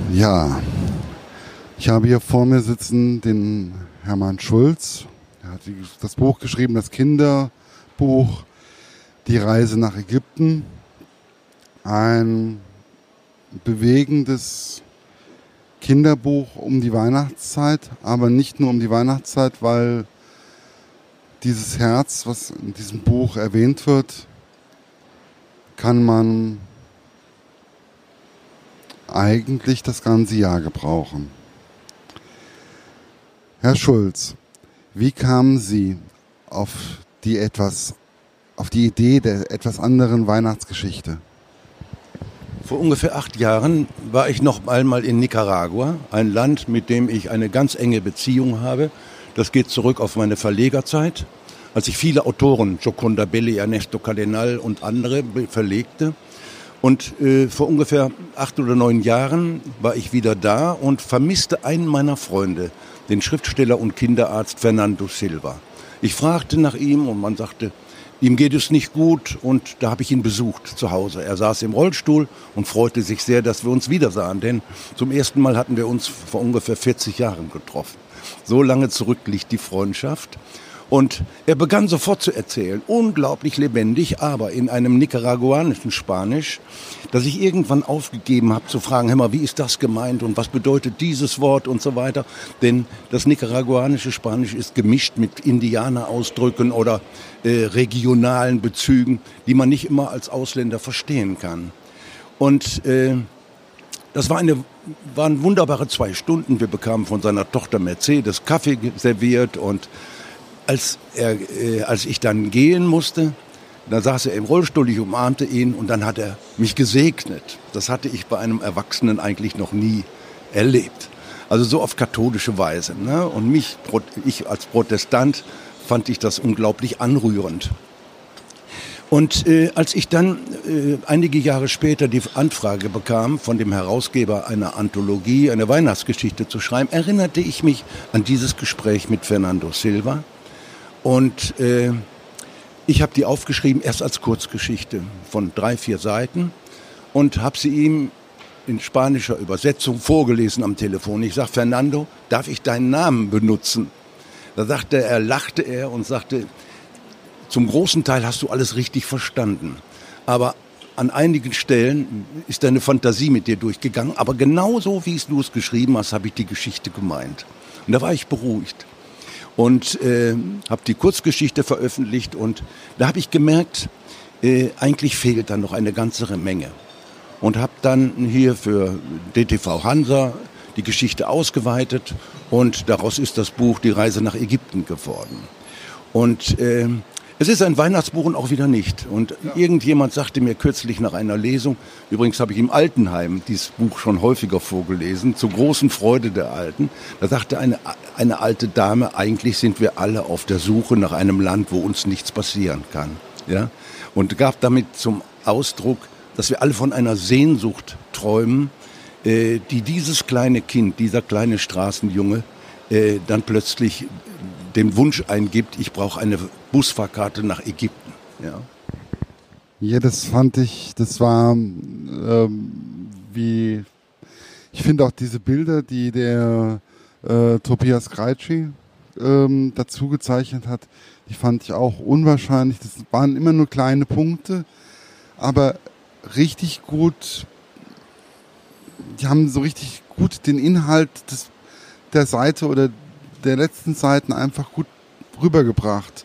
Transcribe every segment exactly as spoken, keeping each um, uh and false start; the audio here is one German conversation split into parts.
Ja, ich habe hier vor mir sitzen den Hermann Schulz. Er hat das Buch geschrieben, das Kinderbuch Die Reise nach Ägypten. Ein bewegendes Kinderbuch um die Weihnachtszeit, aber nicht nur um die Weihnachtszeit, weil dieses Herz, was in diesem Buch erwähnt wird, kann man eigentlich das ganze Jahr gebrauchen. Herr Schulz, wie kamen Sie auf die etwas, auf die Idee der etwas anderen Weihnachtsgeschichte? Vor ungefähr acht Jahren war ich noch einmal in Nicaragua, ein Land, mit dem ich eine ganz enge Beziehung habe. Das geht zurück auf meine Verlegerzeit, als ich viele Autoren, Gioconda Belli, Ernesto Cardenal und andere verlegte. Und äh, vor ungefähr acht oder neun Jahren war ich wieder da und vermisste einen meiner Freunde, den Schriftsteller und Kinderarzt Fernando Silva. Ich fragte nach ihm und man sagte, ihm geht es nicht gut, und da habe ich ihn besucht zu Hause. Er saß im Rollstuhl und freute sich sehr, dass wir uns wiedersahen, denn zum ersten Mal hatten wir uns vor ungefähr vierzig Jahren getroffen. So lange zurück liegt die Freundschaft. Und er begann sofort zu erzählen, unglaublich lebendig, aber in einem nicaraguanischen Spanisch, dass ich irgendwann aufgegeben habe zu fragen, hör mal, wie ist das gemeint und was bedeutet dieses Wort und so weiter. Denn das nicaraguanische Spanisch ist gemischt mit Indianerausdrücken oder äh, regionalen Bezügen, die man nicht immer als Ausländer verstehen kann. Und äh, das war eine, waren wunderbare zwei Stunden. Wir bekamen von seiner Tochter Mercedes Kaffee serviert, und Als, er, äh, als ich dann gehen musste, da saß er im Rollstuhl, ich umarmte ihn und dann hat er mich gesegnet. Das hatte ich bei einem Erwachsenen eigentlich noch nie erlebt. Also so auf katholische Weise. Ne? Und mich, ich als Protestant, fand ich das unglaublich anrührend. Und äh, als ich dann äh, einige Jahre später die Anfrage bekam, von dem Herausgeber einer Anthologie, eine Weihnachtsgeschichte zu schreiben, erinnerte ich mich an dieses Gespräch mit Fernando Silva. Und äh, ich habe die aufgeschrieben, erst als Kurzgeschichte von drei, vier Seiten, und habe sie ihm in spanischer Übersetzung vorgelesen am Telefon. Ich sage, Fernando, darf ich deinen Namen benutzen? Da sagte er, lachte er und sagte, zum großen Teil hast du alles richtig verstanden, aber an einigen Stellen ist deine Fantasie mit dir durchgegangen, aber genauso wie du es geschrieben hast, habe ich die Geschichte gemeint. Und da war ich beruhigt. Und äh, habe die Kurzgeschichte veröffentlicht, und da habe ich gemerkt, äh, eigentlich fehlt da noch eine ganze Menge. Und habe dann hier für D T V Hansa die Geschichte ausgeweitet, und daraus ist das Buch Die Reise nach Ägypten geworden. Und äh, es ist ein Weihnachtsbuch und auch wieder nicht. Und ja. Irgendjemand sagte mir kürzlich nach einer Lesung, übrigens habe ich im Altenheim dieses Buch schon häufiger vorgelesen, zur großen Freude der Alten, da sagte eine, eine alte Dame, eigentlich sind wir alle auf der Suche nach einem Land, wo uns nichts passieren kann. Ja? Und gab damit zum Ausdruck, dass wir alle von einer Sehnsucht träumen, äh, die dieses kleine Kind, dieser kleine Straßenjunge, äh, dann plötzlich den Wunsch eingibt, ich brauche eine Busfahrkarte nach Ägypten. Ja, ja, das fand ich, das war ähm, wie, ich finde auch diese Bilder, die der äh, Tobias Kreitschi ähm, dazu gezeichnet hat, die fand ich auch unwahrscheinlich. Das waren immer nur kleine Punkte, aber richtig gut, die haben so richtig gut den Inhalt des, der Seite oder der letzten Seiten einfach gut rübergebracht.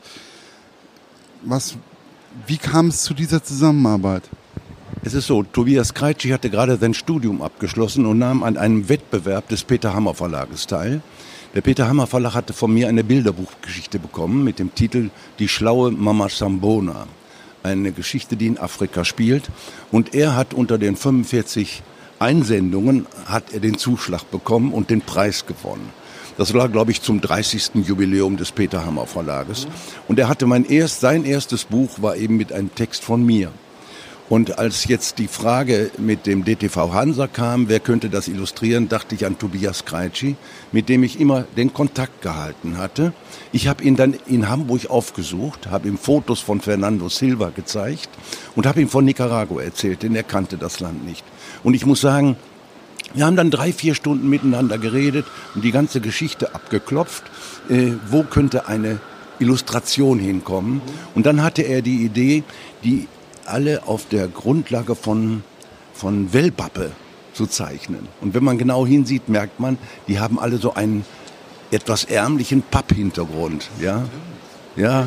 Was, wie kam es zu dieser Zusammenarbeit? Es ist so, Tobias Kreitschi hatte gerade sein Studium abgeschlossen und nahm an einem Wettbewerb des Peter Hammer Verlages teil. Der Peter Hammer Verlag hatte von mir eine Bilderbuchgeschichte bekommen mit dem Titel Die schlaue Mama Sambona. Eine Geschichte, die in Afrika spielt. Und er hat unter den fünfundvierzig Einsendungen hat er den Zuschlag bekommen und den Preis gewonnen. Das war, glaube ich, zum dreißigsten Jubiläum des Peter Hammer Verlages. Und er hatte mein erst, sein erstes Buch war eben mit einem Text von mir. Und als jetzt die Frage mit dem D T V Hansa kam, wer könnte das illustrieren, dachte ich an Tobias Kreitschi, mit dem ich immer den Kontakt gehalten hatte. Ich habe ihn dann in Hamburg aufgesucht, habe ihm Fotos von Fernando Silva gezeigt und habe ihm von Nicaragua erzählt, denn er kannte das Land nicht. Und ich muss sagen, Wir haben dann drei, vier Stunden miteinander geredet und die ganze Geschichte abgeklopft. Äh, wo könnte eine Illustration hinkommen? Und dann hatte er die Idee, die alle auf der Grundlage von, von Wellpappe zu zeichnen. Und wenn man genau hinsieht, merkt man, die haben alle so einen etwas ärmlichen Papphintergrund. Ja, ja.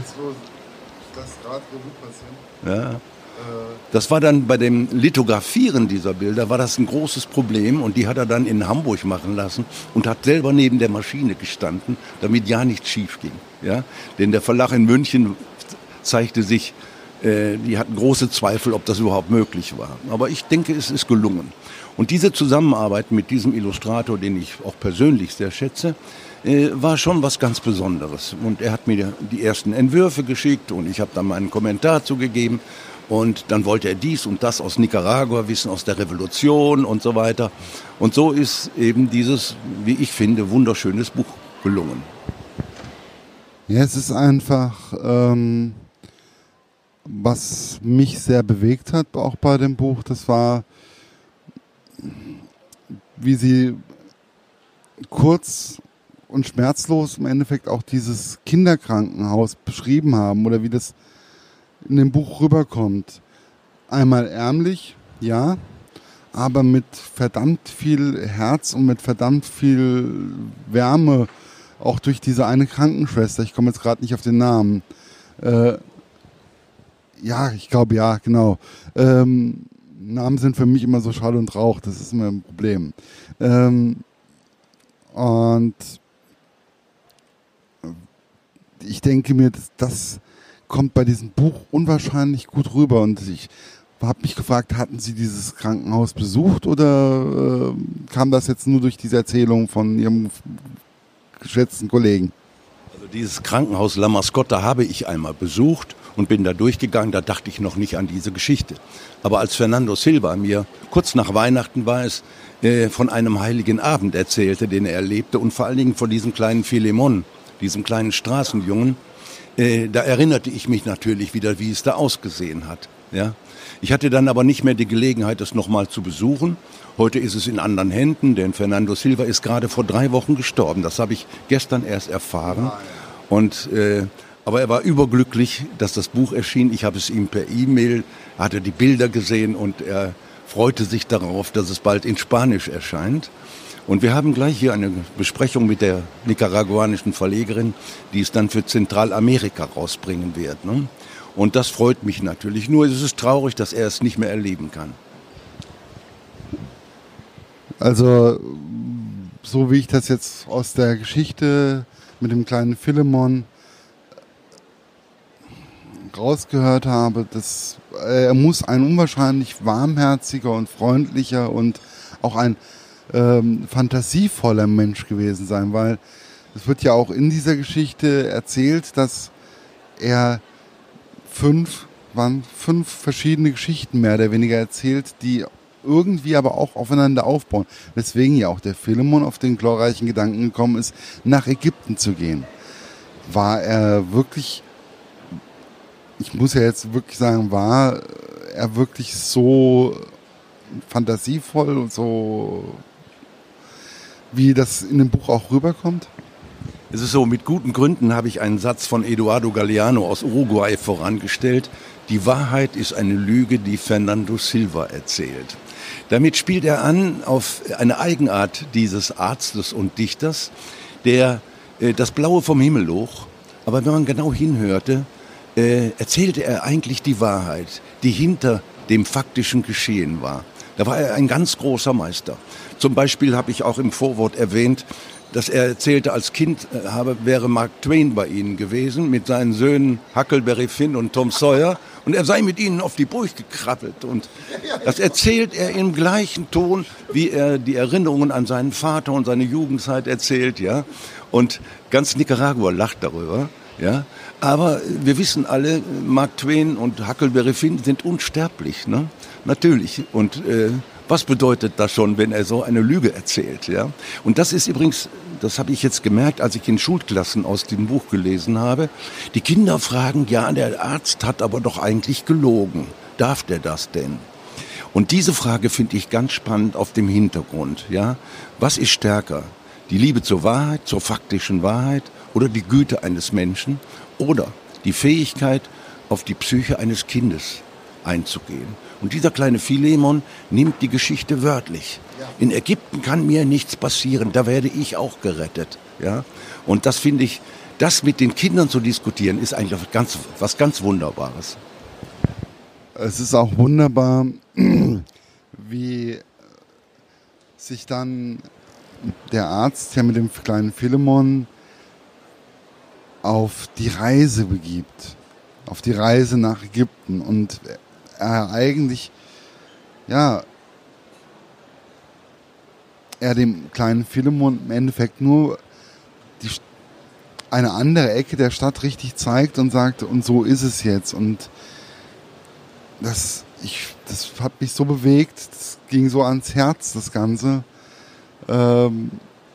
Ja. Das war dann bei dem Lithografieren dieser Bilder, war das ein großes Problem und die hat er dann in Hamburg machen lassen und hat selber neben der Maschine gestanden, damit ja nichts schief ging. Ja? Denn der Verlag in München zeigte sich, äh, die hatten große Zweifel, ob das überhaupt möglich war. Aber ich denke, es ist gelungen. Und diese Zusammenarbeit mit diesem Illustrator, den ich auch persönlich sehr schätze, äh, war schon was ganz Besonderes. Und er hat mir die ersten Entwürfe geschickt und ich habe dann meinen Kommentar zugegeben. Und dann wollte er dies und das aus Nicaragua wissen, aus der Revolution und so weiter. Und so ist eben dieses, wie ich finde, wunderschönes Buch gelungen. Ja, es ist einfach, ähm, was mich sehr bewegt hat, auch bei dem Buch, das war, wie sie kurz und schmerzlos im Endeffekt auch dieses Kinderkrankenhaus beschrieben haben oder wie das in dem Buch rüberkommt. Einmal ärmlich, ja, aber mit verdammt viel Herz und mit verdammt viel Wärme, auch durch diese eine Krankenschwester, ich komme jetzt gerade nicht auf den Namen. Äh, ja, ich glaube ja, genau. Ähm, Namen sind für mich immer so Schall und Rauch, das ist immer ein Problem. Ähm, und ich denke mir, dass das kommt bei diesem Buch unwahrscheinlich gut rüber und ich habe mich gefragt, hatten Sie dieses Krankenhaus besucht oder äh, kam das jetzt nur durch diese Erzählung von Ihrem geschätzten Kollegen? Also dieses Krankenhaus La Mascotta habe ich einmal besucht und bin da durchgegangen, da dachte ich noch nicht an diese Geschichte. Aber als Fernando Silva mir, kurz nach Weihnachten war es, äh, von einem heiligen Abend erzählte, den er erlebte und vor allen Dingen von diesem kleinen Philemon, diesem kleinen Straßenjungen, Äh, da erinnerte ich mich natürlich wieder, wie es da ausgesehen hat. Ja? Ich hatte dann aber nicht mehr die Gelegenheit, es nochmal zu besuchen. Heute ist es in anderen Händen, denn Fernando Silva ist gerade vor drei Wochen gestorben. Das habe ich gestern erst erfahren. Und, äh, aber er war überglücklich, dass das Buch erschien. Ich habe es ihm per E-Mail, hatte die Bilder gesehen und er freute sich darauf, dass es bald in Spanisch erscheint. Und wir haben gleich hier eine Besprechung mit der nicaraguanischen Verlegerin, die es dann für Zentralamerika rausbringen wird. Ne? Und das freut mich natürlich. Nur ist es traurig, dass er es nicht mehr erleben kann. Also, so wie ich das jetzt aus der Geschichte mit dem kleinen Philemon rausgehört habe, dass, äh, er muss ein unwahrscheinlich warmherziger und freundlicher und auch ein Ähm, fantasievoller Mensch gewesen sein, weil es wird ja auch in dieser Geschichte erzählt, dass er fünf, waren fünf verschiedene Geschichten mehr oder weniger erzählt, die irgendwie aber auch aufeinander aufbauen. Weswegen ja auch der Philemon auf den glorreichen Gedanken gekommen ist, nach Ägypten zu gehen. War er wirklich, ich muss ja jetzt wirklich sagen, war er wirklich so fantasievoll und so, wie das in dem Buch auch rüberkommt? Es ist so, mit guten Gründen habe ich einen Satz von Eduardo Galeano aus Uruguay vorangestellt. Die Wahrheit ist eine Lüge, die Fernando Silva erzählt. Damit spielt er an auf eine Eigenart dieses Arztes und Dichters, der äh, das Blaue vom Himmel loch, aber wenn man genau hinhörte, äh, erzählte er eigentlich die Wahrheit, die hinter dem faktischen Geschehen war. Da war er ein ganz großer Meister. Zum Beispiel habe ich auch im Vorwort erwähnt, dass er erzählte, als Kind habe, wäre Mark Twain bei ihnen gewesen, mit seinen Söhnen Huckleberry Finn und Tom Sawyer. Und er sei mit ihnen auf die Burg gekrabbelt. Und das erzählt er im gleichen Ton, wie er die Erinnerungen an seinen Vater und seine Jugendzeit erzählt. Ja? Und ganz Nicaragua lacht darüber. Ja? Aber wir wissen alle, Mark Twain und Huckleberry Finn sind unsterblich. Ne? Natürlich. Und äh, was bedeutet das schon, wenn er so eine Lüge erzählt? Ja? Und das ist übrigens, das habe ich jetzt gemerkt, als ich in Schulklassen aus dem Buch gelesen habe. Die Kinder fragen, ja, der Arzt hat aber doch eigentlich gelogen. Darf der das denn? Und diese Frage finde ich ganz spannend auf dem Hintergrund. Ja? Was ist stärker? Die Liebe zur Wahrheit, zur faktischen Wahrheit oder die Güte eines Menschen oder die Fähigkeit, auf die Psyche eines Kindes einzugehen? Und dieser kleine Philemon nimmt die Geschichte wörtlich. In Ägypten kann mir nichts passieren, da werde ich auch gerettet. Ja? Und das finde ich, das mit den Kindern zu diskutieren, ist eigentlich ganz, was ganz Wunderbares. Es ist auch wunderbar, wie sich dann der Arzt ja mit dem kleinen Philemon auf die Reise begibt. Auf die Reise nach Ägypten. Und er eigentlich, ja, er dem kleinen Philemon im Endeffekt nur die, eine andere Ecke der Stadt richtig zeigt und sagt, und so ist es jetzt. Und das, ich, das hat mich so bewegt, das ging so ans Herz, das Ganze. Ähm,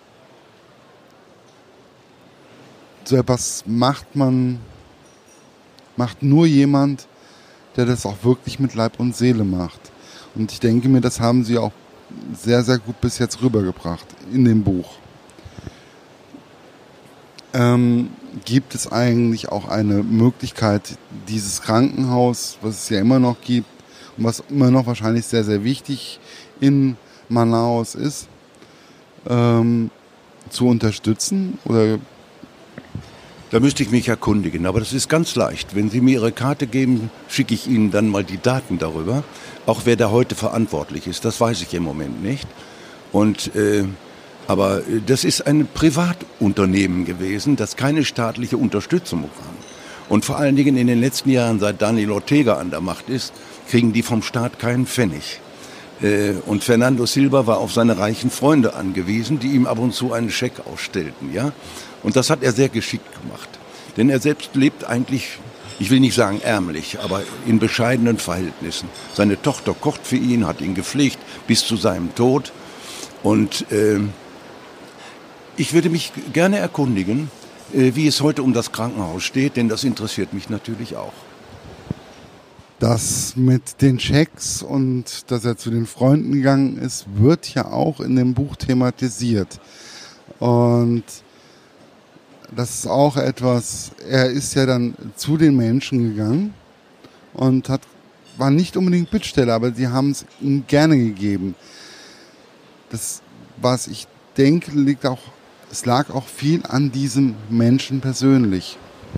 so etwas macht man, macht nur jemand, der das auch wirklich mit Leib und Seele macht. Und ich denke mir, das haben sie auch sehr, sehr gut bis jetzt rübergebracht in dem Buch. Ähm, gibt es eigentlich auch eine Möglichkeit, dieses Krankenhaus, was es ja immer noch gibt und was immer noch wahrscheinlich sehr, sehr wichtig in Manaus ist, ähm, zu unterstützen? Oder? Da müsste ich mich erkundigen, aber das ist ganz leicht. Wenn Sie mir Ihre Karte geben, schicke ich Ihnen dann mal die Daten darüber. Auch wer da heute verantwortlich ist, das weiß ich im Moment nicht. Und äh, aber das ist ein Privatunternehmen gewesen, das keine staatliche Unterstützung bekam. Und vor allen Dingen in den letzten Jahren, seit Daniel Ortega an der Macht ist, kriegen die vom Staat keinen Pfennig. Äh, und Fernando Silva war auf seine reichen Freunde angewiesen, die ihm ab und zu einen Scheck ausstellten, ja. Und das hat er sehr geschickt gemacht. Denn er selbst lebt eigentlich, ich will nicht sagen ärmlich, aber in bescheidenen Verhältnissen. Seine Tochter kocht für ihn, hat ihn gepflegt bis zu seinem Tod. Und äh, ich würde mich gerne erkundigen, äh, wie es heute um das Krankenhaus steht, denn das interessiert mich natürlich auch. Das mit den Schecks und dass er zu den Freunden gegangen ist, wird ja auch in dem Buch thematisiert. Und das ist auch etwas, er ist ja dann zu den Menschen gegangen und hat, war nicht unbedingt Bittsteller, aber sie haben es ihm gerne gegeben. Das, was ich denke, liegt auch, es lag auch viel an diesem Menschen persönlich.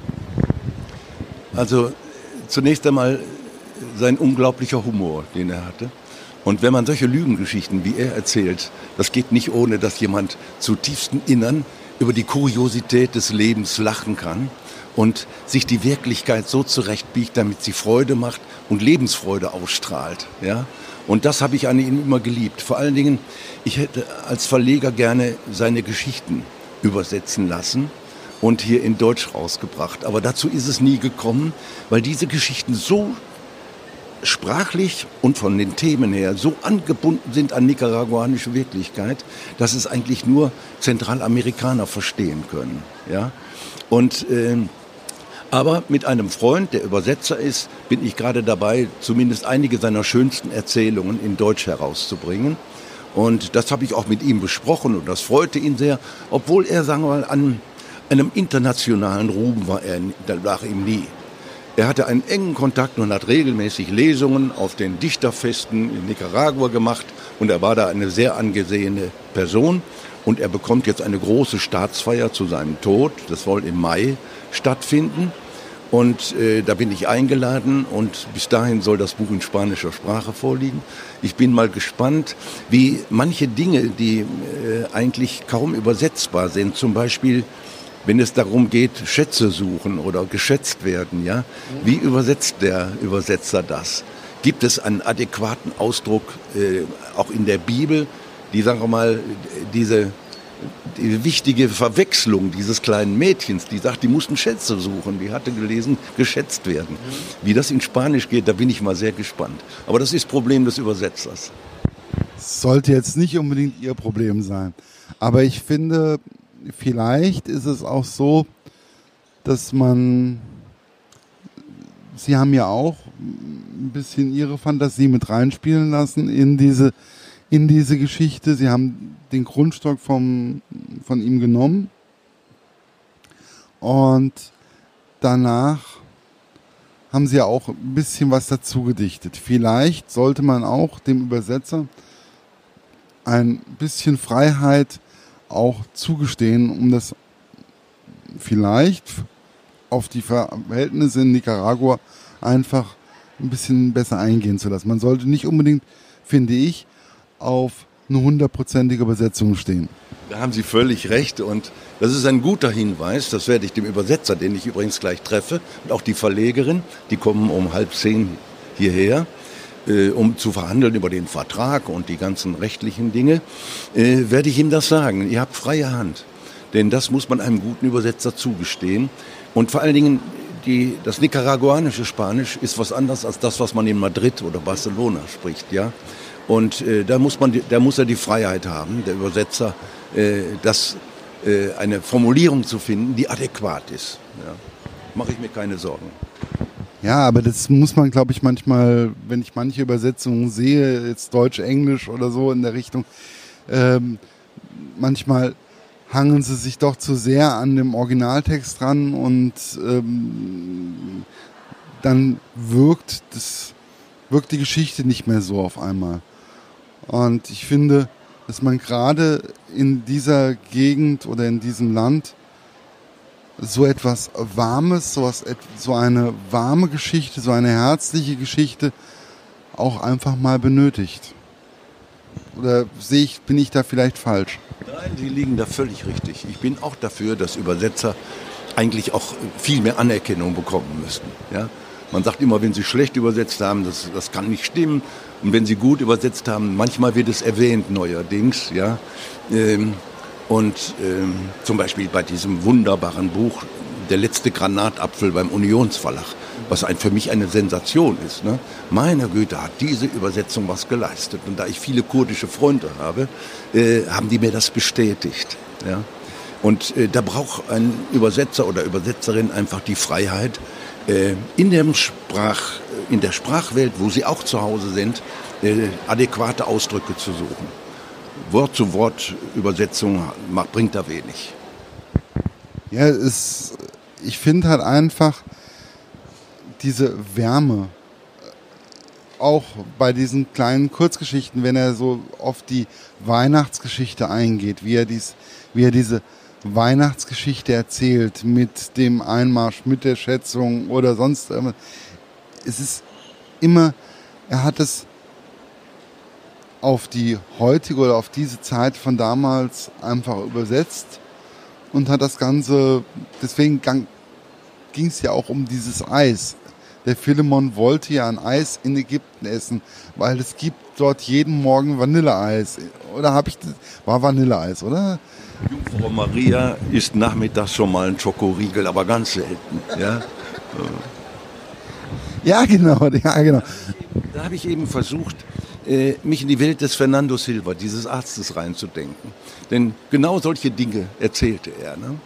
Also zunächst einmal sein unglaublicher Humor, den er hatte. Und wenn man solche Lügengeschichten, wie er erzählt, das geht nicht ohne, dass jemand zu tiefstem Innern über die Kuriosität des Lebens lachen kann und sich die Wirklichkeit so zurechtbiegt, damit sie Freude macht und Lebensfreude ausstrahlt. Ja? Und das habe ich an ihm immer geliebt. Vor allen Dingen, ich hätte als Verleger gerne seine Geschichten übersetzen lassen und hier in Deutsch rausgebracht. Aber dazu ist es nie gekommen, weil diese Geschichten so sprachlich und von den Themen her so angebunden sind an nicaraguanische Wirklichkeit, dass es eigentlich nur Zentralamerikaner verstehen können. Ja? Und, äh, aber mit einem Freund, der Übersetzer ist, bin ich gerade dabei, zumindest einige seiner schönsten Erzählungen in Deutsch herauszubringen. Und das habe ich auch mit ihm besprochen und das freute ihn sehr, obwohl er, sagen wir mal, an einem internationalen Ruhm war er, da lag ihm nie. Er hatte einen engen Kontakt und hat regelmäßig Lesungen auf den Dichterfesten in Nicaragua gemacht und er war da eine sehr angesehene Person und er bekommt jetzt eine große Staatsfeier zu seinem Tod, das soll im Mai stattfinden und äh, da bin ich eingeladen und bis dahin soll das Buch in spanischer Sprache vorliegen. Ich bin mal gespannt, wie manche Dinge, die äh, eigentlich kaum übersetzbar sind, zum Beispiel wenn es darum geht, Schätze suchen oder geschätzt werden, ja, wie übersetzt der Übersetzer das? Gibt es einen adäquaten Ausdruck, äh, auch in der Bibel, die, sagen wir mal, diese die wichtige Verwechslung dieses kleinen Mädchens, die sagt, die mussten Schätze suchen, die hatte gelesen, geschätzt werden. Wie das in Spanisch geht, da bin ich mal sehr gespannt. Aber das ist das Problem des Übersetzers. Das sollte jetzt nicht unbedingt Ihr Problem sein. Aber ich finde, vielleicht ist es auch so, dass man Sie haben ja auch ein bisschen Ihre Fantasie mit reinspielen lassen in diese, in diese Geschichte. Sie haben den Grundstock vom, von ihm genommen und danach haben Sie ja auch ein bisschen was dazu gedichtet. Vielleicht sollte man auch dem Übersetzer ein bisschen Freiheit auch zugestehen, um das vielleicht auf die Verhältnisse in Nicaragua einfach ein bisschen besser eingehen zu lassen. Man sollte nicht unbedingt, finde ich, auf eine hundertprozentige Übersetzung stehen. Da haben Sie völlig recht und das ist ein guter Hinweis, das werde ich dem Übersetzer, den ich übrigens gleich treffe, und auch die Verlegerin, die kommen um halb zehn hierher, äh, um zu verhandeln über den Vertrag und die ganzen rechtlichen Dinge, äh, werde ich ihm das sagen. Ihr habt freie Hand, denn das muss man einem guten Übersetzer zugestehen. Und vor allen Dingen, die, das nicaraguanische Spanisch ist was anderes als das, was man in Madrid oder Barcelona spricht, ja. Und äh, da muss man, da muss er die Freiheit haben, der Übersetzer, äh, das, äh, eine Formulierung zu finden, die adäquat ist. Ja. Mache ich mir keine Sorgen. Ja, aber das muss man, glaube ich, manchmal, wenn ich manche Übersetzungen sehe, jetzt Deutsch, Englisch oder so in der Richtung, ähm, manchmal hangen sie sich doch zu sehr an dem Originaltext dran und ähm, dann wirkt das, wirkt die Geschichte nicht mehr so auf einmal. Und ich finde, dass man gerade in dieser Gegend oder in diesem Land so etwas Warmes, so, was, so eine warme Geschichte, so eine herzliche Geschichte auch einfach mal benötigt. Oder sehe ich, bin ich da vielleicht falsch? Nein, Sie liegen da völlig richtig. Ich bin auch dafür, dass Übersetzer eigentlich auch viel mehr Anerkennung bekommen müssten. Ja? Man sagt immer, wenn sie schlecht übersetzt haben, das, das kann nicht stimmen. Und wenn sie gut übersetzt haben, manchmal wird es erwähnt neuerdings. Ja? Ähm, und ähm, zum Beispiel bei diesem wunderbaren Buch Der letzte Granatapfel beim Unionsverlag, was ein, für mich eine Sensation ist. Ne? Meine Güte, hat diese Übersetzung was geleistet. Und da ich viele kurdische Freunde habe, äh, haben die mir das bestätigt. Ja? Und äh, da braucht ein Übersetzer oder Übersetzerin einfach die Freiheit, äh, in, dem Sprach, in der Sprachwelt, wo sie auch zu Hause sind, äh, adäquate Ausdrücke zu suchen. Wort-zu-Wort-Übersetzung bringt da wenig. Ja, es, ich finde halt einfach diese Wärme, auch bei diesen kleinen Kurzgeschichten, wenn er so auf die Weihnachtsgeschichte eingeht, wie er, dies, wie er diese Weihnachtsgeschichte erzählt, mit dem Einmarsch, mit der Schätzung oder sonst irgendwas. Es ist immer, er hat es auf die heutige oder auf diese Zeit von damals einfach übersetzt und hat das Ganze, deswegen ging es ja auch um dieses Eis. Der Philemon wollte ja ein Eis in Ägypten essen, weil es gibt dort jeden Morgen Vanilleeis. Oder habe ich das? War Vanilleeis, oder? Jungfrau Maria isst nachmittags schon mal einen Schokoriegel, aber ganz selten. Ja, ja genau, ja, genau. Da habe ich eben versucht, mich in die Welt des Fernando Silva, dieses Arztes, reinzudenken. Denn genau solche Dinge erzählte er. Ne?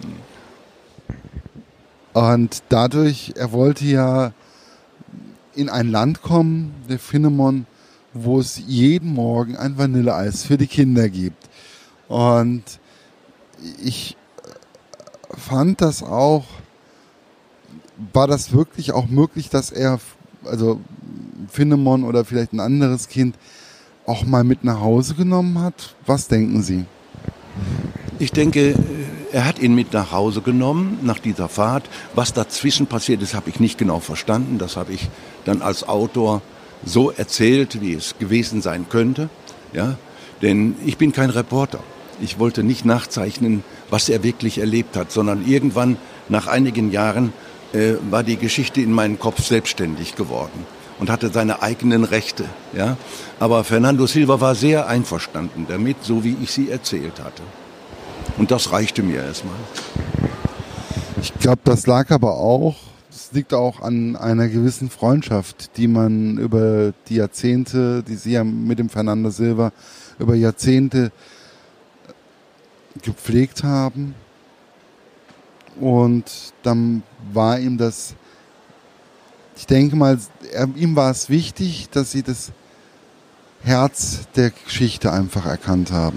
Und dadurch, er wollte ja in ein Land kommen, der Philemon, wo es jeden Morgen ein Vanilleeis für die Kinder gibt. Und ich fand das auch, war das wirklich auch möglich, dass er, also Philemon oder vielleicht ein anderes Kind, auch mal mit nach Hause genommen hat? Was denken Sie? Ich denke, er hat ihn mit nach Hause genommen, nach dieser Fahrt. Was dazwischen passiert ist, habe ich nicht genau verstanden. Das habe ich dann als Autor so erzählt, wie es gewesen sein könnte. Ja? Denn ich bin kein Reporter. Ich wollte nicht nachzeichnen, was er wirklich erlebt hat, sondern irgendwann, nach einigen Jahren, äh, war die Geschichte in meinem Kopf selbstständig geworden und hatte seine eigenen Rechte. Ja? Aber Fernando Silva war sehr einverstanden damit, so wie ich sie erzählt hatte. Und das reichte mir erstmal. Ich glaube, das lag aber auch, das liegt auch an einer gewissen Freundschaft, die man über die Jahrzehnte, die Sie ja mit dem Fernando Silva über Jahrzehnte gepflegt haben. Und dann war ihm das ich denke mal, er, ihm war es wichtig, dass sie das Herz der Geschichte einfach erkannt haben.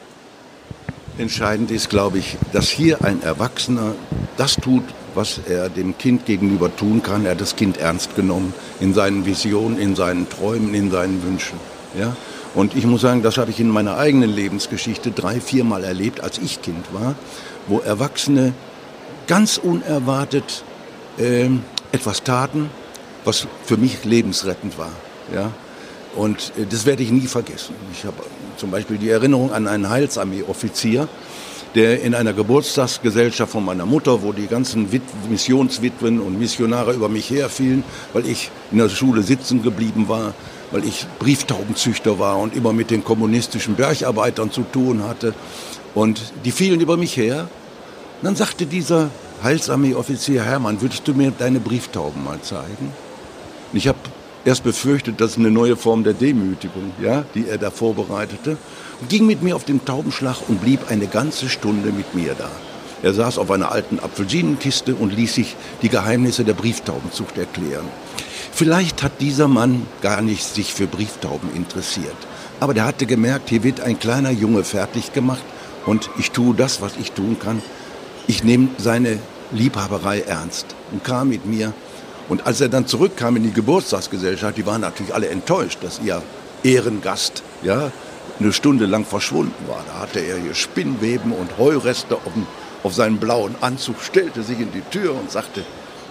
Entscheidend ist, glaube ich, dass hier ein Erwachsener das tut, was er dem Kind gegenüber tun kann. Er hat das Kind ernst genommen in seinen Visionen, in seinen Träumen, in seinen Wünschen. Ja? Und ich muss sagen, das habe ich in meiner eigenen Lebensgeschichte drei, viermal erlebt, als ich Kind war, wo Erwachsene ganz unerwartet äh, etwas taten, was für mich lebensrettend war. Ja? Und äh, das werde ich nie vergessen. Ich habe zum Beispiel die Erinnerung an einen Heilsarmee-Offizier, der in einer Geburtstagsgesellschaft von meiner Mutter, wo die ganzen Wit- Missionswitwen und Missionare über mich herfielen, weil ich in der Schule sitzen geblieben war, weil ich Brieftaubenzüchter war und immer mit den kommunistischen Bergarbeitern zu tun hatte. Und die fielen über mich her. Und dann sagte dieser Heilsarmee-Offizier: Hermann, würdest du mir deine Brieftauben mal zeigen? Und ich habe erst befürchtet, das ist eine neue Form der Demütigung, ja, die er da vorbereitete. Und ging mit mir auf den Taubenschlag und blieb eine ganze Stunde mit mir da. Er saß auf einer alten Apfelsinenkiste und ließ sich die Geheimnisse der Brieftaubenzucht erklären. Vielleicht hat dieser Mann gar nicht sich für Brieftauben interessiert. Aber der hatte gemerkt, hier wird ein kleiner Junge fertig gemacht und ich tue das, was ich tun kann. Ich nehme seine Liebhaberei ernst und kam mit mir. Und als er dann zurückkam in die Geburtstagsgesellschaft, die waren natürlich alle enttäuscht, dass ihr Ehrengast ja, eine Stunde lang verschwunden war. Da hatte er hier Spinnweben und Heureste auf, dem, auf seinen blauen Anzug, stellte sich in die Tür und sagte: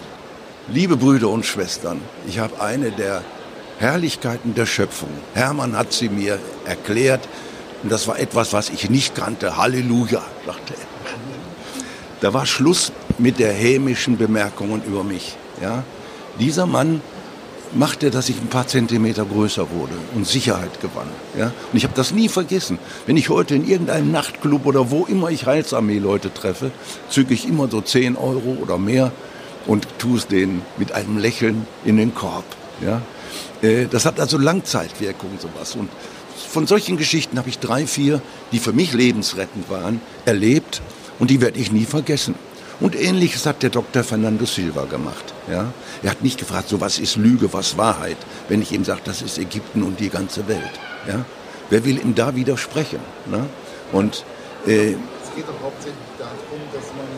Liebe Brüder und Schwestern, ich habe eine der Herrlichkeiten der Schöpfung. Hermann hat sie mir erklärt und das war etwas, was ich nicht kannte. Halleluja, sagte er. Da war Schluss mit der hämischen Bemerkungen über mich. Ja? Dieser Mann machte, dass ich ein paar Zentimeter größer wurde und Sicherheit gewann. Ja? Und ich habe das nie vergessen. Wenn ich heute in irgendeinem Nachtclub oder wo immer ich Heilsarmee-Leute treffe, zücke ich immer so zehn Euro oder mehr und tue es denen mit einem Lächeln in den Korb. Ja? Äh, das hat also Langzeitwirkung, sowas. Und von solchen Geschichten habe ich drei, vier, die für mich lebensrettend waren, erlebt und die werde ich nie vergessen. Und Ähnliches hat der Doktor Fernando Silva gemacht. Ja? Er hat nicht gefragt, so was ist Lüge, was Wahrheit, wenn ich ihm sage, das ist Ägypten und die ganze Welt. Ja? Wer will ihm da widersprechen? Ne? Und, äh, es geht doch hauptsächlich darum, dass man,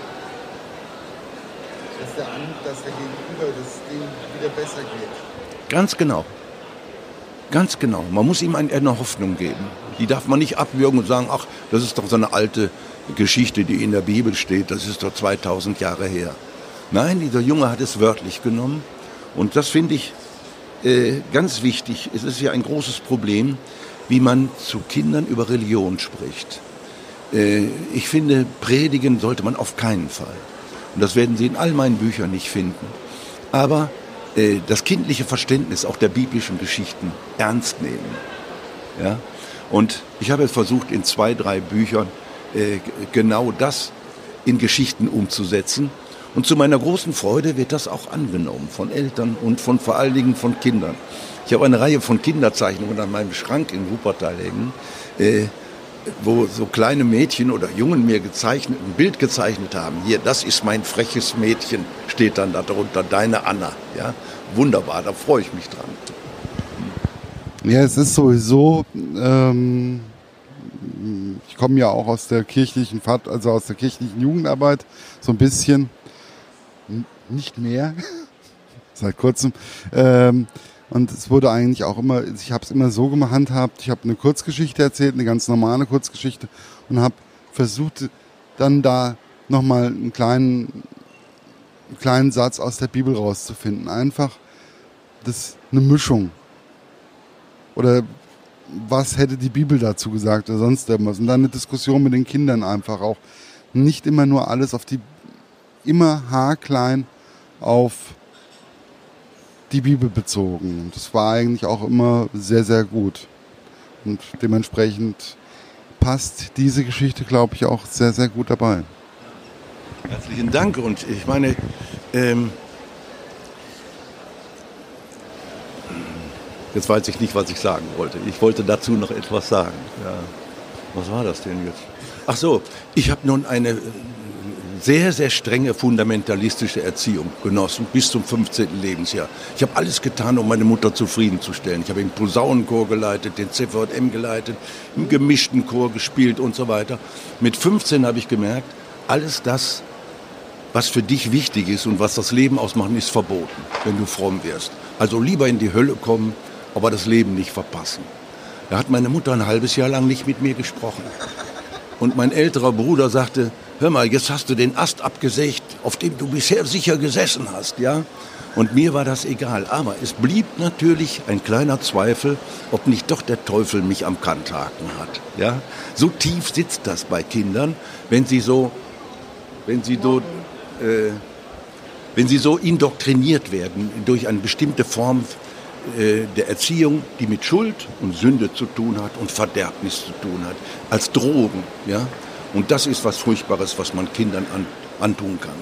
dass der, dass der Gegenüber das Ding wieder besser geht. Ganz genau. Ganz genau. Man muss ihm eine Hoffnung geben. Die darf man nicht abwürgen und sagen, ach, das ist doch so eine alte Geschichte, die in der Bibel steht, das ist doch zweitausend Jahre her. Nein, dieser Junge hat es wörtlich genommen und das finde ich äh, ganz wichtig. Es ist ja ein großes Problem, wie man zu Kindern über Religion spricht. Äh, ich finde, predigen sollte man auf keinen Fall. Und das werden Sie in all meinen Büchern nicht finden. Aber äh, das kindliche Verständnis auch der biblischen Geschichten ernst nehmen. Ja? Und ich habe es versucht, in zwei, drei Büchern äh, genau das in Geschichten umzusetzen. Und zu meiner großen Freude wird das auch angenommen von Eltern und von vor allen Dingen von Kindern. Ich habe eine Reihe von Kinderzeichnungen an meinem Schrank in Wuppertal hängen, äh, wo so kleine Mädchen oder Jungen mir gezeichnet, ein Bild gezeichnet haben. Hier, das ist mein freches Mädchen, steht dann darunter, deine Anna. Ja? Wunderbar, da freue ich mich dran. Ja, es ist sowieso, ähm, ich komme ja auch aus der kirchlichen, also aus der kirchlichen Jugendarbeit, so ein bisschen, nicht mehr, seit kurzem, ähm, und es wurde eigentlich auch immer, ich habe es immer so gehandhabt, ich habe eine Kurzgeschichte erzählt, eine ganz normale Kurzgeschichte und habe versucht, dann da nochmal einen kleinen, einen kleinen Satz aus der Bibel rauszufinden. Einfach das eine Mischung. Oder was hätte die Bibel dazu gesagt oder sonst irgendwas. Und dann eine Diskussion mit den Kindern einfach auch. Nicht immer nur alles auf die, immer haarklein auf die Bibel bezogen. Das war eigentlich auch immer sehr, sehr gut. Und dementsprechend passt diese Geschichte, glaube ich, auch sehr, sehr gut dabei. Herzlichen Dank. Und ich meine, ähm, jetzt weiß ich nicht, was ich sagen wollte. Ich wollte dazu noch etwas sagen. Ja. Was war das denn jetzt? Ach so, ich habe nun eine sehr, sehr strenge fundamentalistische Erziehung genossen, bis zum fünfzehnten Lebensjahr. Ich habe alles getan, um meine Mutter zufriedenzustellen. Ich habe den Posaunenchor geleitet, den Z V M geleitet, im gemischten Chor gespielt und so weiter. Mit fünfzehn habe ich gemerkt, alles das, was für dich wichtig ist und was das Leben ausmacht, ist verboten, wenn du fromm wirst. Also lieber in die Hölle kommen, aber das Leben nicht verpassen. Da hat meine Mutter ein halbes Jahr lang nicht mit mir gesprochen. Und mein älterer Bruder sagte, hör mal, jetzt hast du den Ast abgesägt, auf dem du bisher sicher gesessen hast, ja? Und mir war das egal. Aber es blieb natürlich ein kleiner Zweifel, ob nicht doch der Teufel mich am Kanthaken hat, ja? So tief sitzt das bei Kindern, wenn sie so, wenn sie so, äh, wenn sie so indoktriniert werden durch eine bestimmte Form äh, der Erziehung, die mit Schuld und Sünde zu tun hat und Verderbnis zu tun hat, als Drogen, ja? Und das ist was Furchtbares, was man Kindern an, antun kann.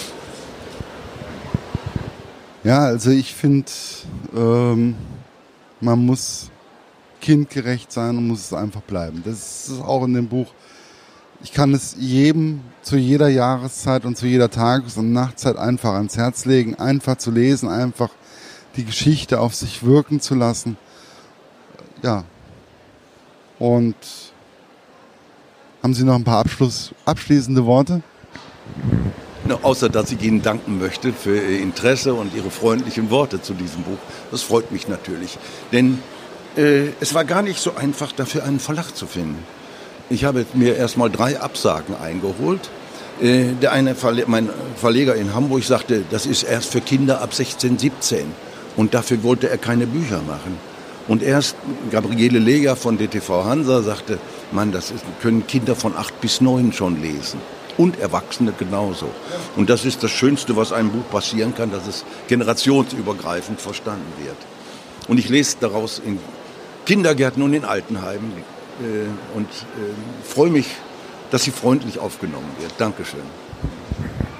Ja, also ich finde, ähm, man muss kindgerecht sein und muss es einfach bleiben. Das ist auch in dem Buch. Ich kann es jedem zu jeder Jahreszeit und zu jeder Tages- und Nachtzeit einfach ans Herz legen, einfach zu lesen, einfach die Geschichte auf sich wirken zu lassen. Ja. Und haben Sie noch ein paar Abschluss, abschließende Worte? Na, außer, dass ich Ihnen danken möchte für Ihr Interesse und Ihre freundlichen Worte zu diesem Buch. Das freut mich natürlich. Denn äh, es war gar nicht so einfach, dafür einen Verlag zu finden. Ich habe mir erst mal drei Absagen eingeholt. Äh, der eine Verle- mein Verleger in Hamburg sagte, das ist erst für Kinder ab sechzehn, siebzehn. Und dafür wollte er keine Bücher machen. Und erst Gabriele Leger von D T V Hansa sagte, Mann, das ist, können Kinder von acht bis neun schon lesen. Und Erwachsene genauso. Und das ist das Schönste, was einem Buch passieren kann, dass es generationsübergreifend verstanden wird. Und ich lese daraus in Kindergärten und in Altenheimen äh, und äh, freue mich, dass sie freundlich aufgenommen wird. Dankeschön.